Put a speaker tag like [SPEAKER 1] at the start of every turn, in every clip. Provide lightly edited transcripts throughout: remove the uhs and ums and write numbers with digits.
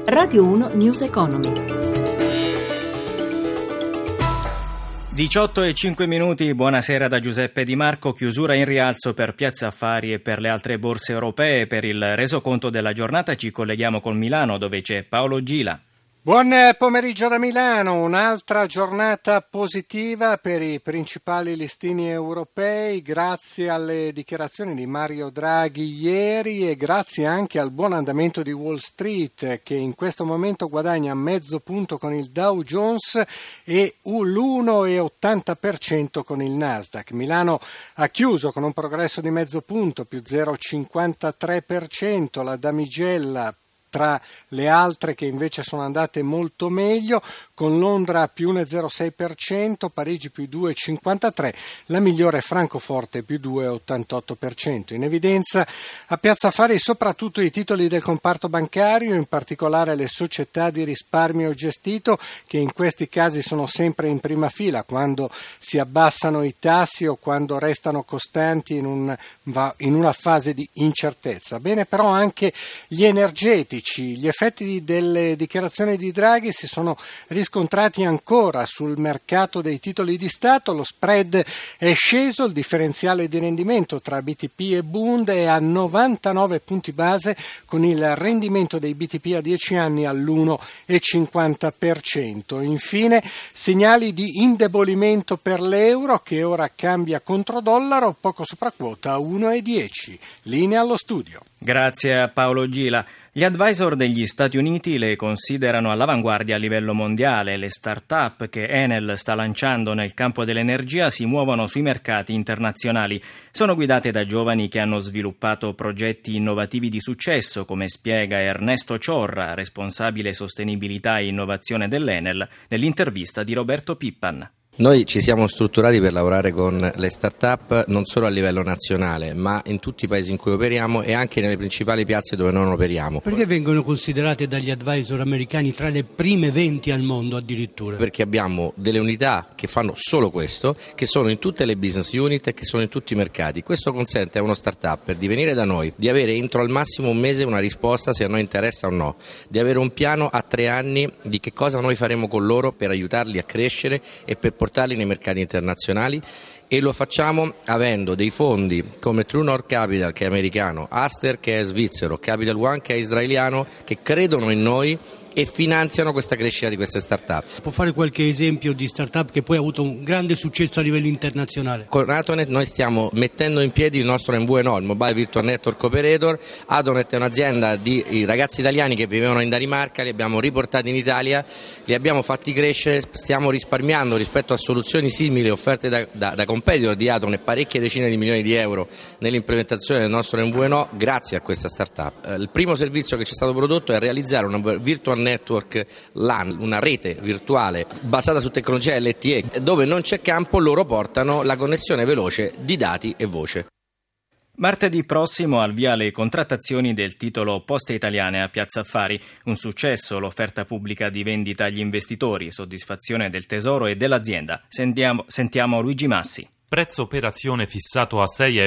[SPEAKER 1] Radio 1 News Economy.
[SPEAKER 2] 18:05, buonasera da Giuseppe Di Marco. Chiusura in rialzo per Piazza Affari e per le altre borse europee. Per il resoconto della giornata ci colleghiamo con Milano, dove c'è Paolo Gila.
[SPEAKER 3] Buon pomeriggio da Milano, un'altra giornata positiva per i principali listini europei grazie alle dichiarazioni di Mario Draghi ieri e grazie anche al buon andamento di Wall Street, che in questo momento guadagna mezzo punto con il Dow Jones e l'1,80% con il Nasdaq. Milano ha chiuso con un progresso di mezzo punto, più 0,53%, la damigella tra le altre che invece sono andate molto meglio, con Londra più 1,06%, Parigi più 2,53%, la migliore Francoforte più 2,88%. In evidenza a Piazza Affari soprattutto i titoli del comparto bancario, in particolare le società di risparmio gestito, che in questi casi sono sempre in prima fila quando si abbassano i tassi o quando restano costanti in una fase di incertezza. Bene però anche gli energetici. Gli effetti delle dichiarazioni di Draghi si sono riscontrati ancora sul mercato dei titoli di Stato. Lo spread è sceso, il differenziale di rendimento tra BTP e Bund è a 99 punti base, con il rendimento dei BTP a 10 anni all'1,50%. Infine, segnali di indebolimento per l'euro, che ora cambia contro dollaro, poco sopra quota a 1,10. Linea allo studio.
[SPEAKER 2] Grazie a Paolo Gila. Gli advisor degli Stati Uniti le considerano all'avanguardia a livello mondiale. Le start-up che Enel sta lanciando nel campo dell'energia si muovono sui mercati internazionali. Sono guidate da giovani che hanno sviluppato progetti innovativi di successo, come spiega Ernesto Ciorra, responsabile sostenibilità e innovazione dell'Enel, nell'intervista di Roberto Pippan.
[SPEAKER 4] Noi ci siamo strutturati per lavorare con le start-up non solo a livello nazionale, ma in tutti i paesi in cui operiamo e anche nelle principali piazze dove non operiamo.
[SPEAKER 5] Perché vengono considerate dagli advisor americani tra le prime 20 al mondo addirittura?
[SPEAKER 4] Perché abbiamo delle unità che fanno solo questo, che sono in tutte le business unit e che sono in tutti i mercati. Questo consente a uno start-up di venire da noi, di avere entro al massimo un mese una risposta se a noi interessa o no, di avere un piano a 3 anni di che cosa noi faremo con loro per aiutarli a crescere e per portarli nei mercati internazionali, e lo facciamo avendo dei fondi come True North Capital, che è americano, Aster, che è svizzero, Capital One, che è israeliano, che credono in noi e finanziano questa crescita di queste start-up.
[SPEAKER 5] Può fare qualche esempio di start-up che poi ha avuto un grande successo a livello internazionale?
[SPEAKER 4] Con Atonet noi stiamo mettendo in piedi il nostro MVNO, il Mobile Virtual Network Operator. Atonet è un'azienda di ragazzi italiani che vivevano in Danimarca, li abbiamo riportati in Italia, li abbiamo fatti crescere, stiamo risparmiando rispetto a soluzioni simili offerte da competitor di Atonet parecchie decine di milioni di euro nell'implementazione del nostro MVNO grazie a questa start-up. Il primo servizio che ci è stato prodotto è realizzare una Virtual Network LAN, una rete virtuale basata su tecnologia LTE, dove non c'è campo, loro portano la connessione veloce di dati e voce.
[SPEAKER 2] Martedì prossimo al via le contrattazioni del titolo Poste Italiane a Piazza Affari. Un successo l'offerta pubblica di vendita agli investitori, soddisfazione del Tesoro e dell'azienda. Sentiamo Luigi Massi.
[SPEAKER 6] Prezzo per azione fissato a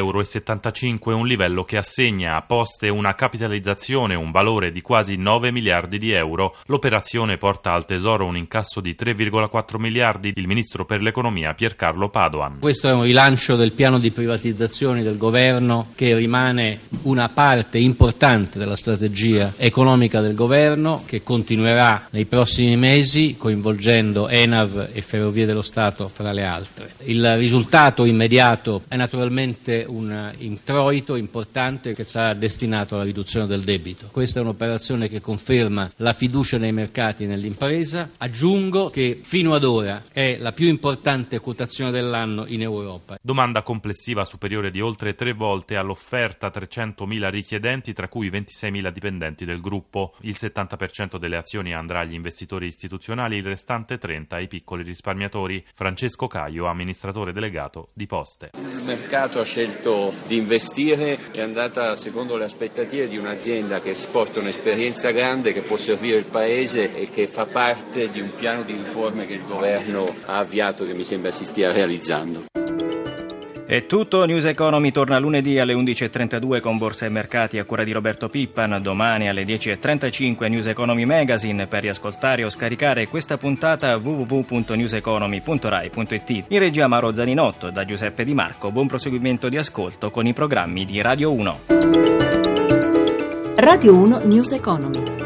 [SPEAKER 6] €6,75, un livello che assegna a Poste una capitalizzazione, un valore di quasi 9 miliardi di euro. L'operazione porta al Tesoro un incasso di 3,4 miliardi. Il ministro per l'economia Piercarlo Padoan.
[SPEAKER 7] Questo è un rilancio del piano di privatizzazioni del governo, che rimane una parte importante della strategia economica del governo, che continuerà nei prossimi mesi coinvolgendo ENAV e Ferrovie dello Stato fra le altre. Il risultato immediato è naturalmente un introito importante che sarà destinato alla riduzione del debito. Questa è un'operazione che conferma la fiducia nei mercati e nell'impresa. Aggiungo che fino ad ora è la più importante quotazione dell'anno in Europa.
[SPEAKER 6] Domanda complessiva superiore di oltre 3 volte all'offerta, 300.000 richiedenti, tra cui 26.000 dipendenti del gruppo. Il 70% delle azioni andrà agli investitori istituzionali, il restante 30% ai piccoli risparmiatori. Francesco Caio, amministratore delegato di Poste.
[SPEAKER 8] Il mercato ha scelto di investire, è andata secondo le aspettative di un'azienda che porta un'esperienza grande, che può servire il Paese e che fa parte di un piano di riforme che il governo ha avviato, che mi sembra si stia realizzando.
[SPEAKER 2] È tutto, News Economy torna lunedì alle 11.32 con Borsa e Mercati a cura di Roberto Pippan, domani alle 10.35 News Economy Magazine. Per riascoltare o scaricare questa puntata www.newseconomy.rai.it. In regia Mauro Zaninotto, da Giuseppe Di Marco, buon proseguimento di ascolto con i programmi di Radio 1.
[SPEAKER 1] Radio 1 News Economy.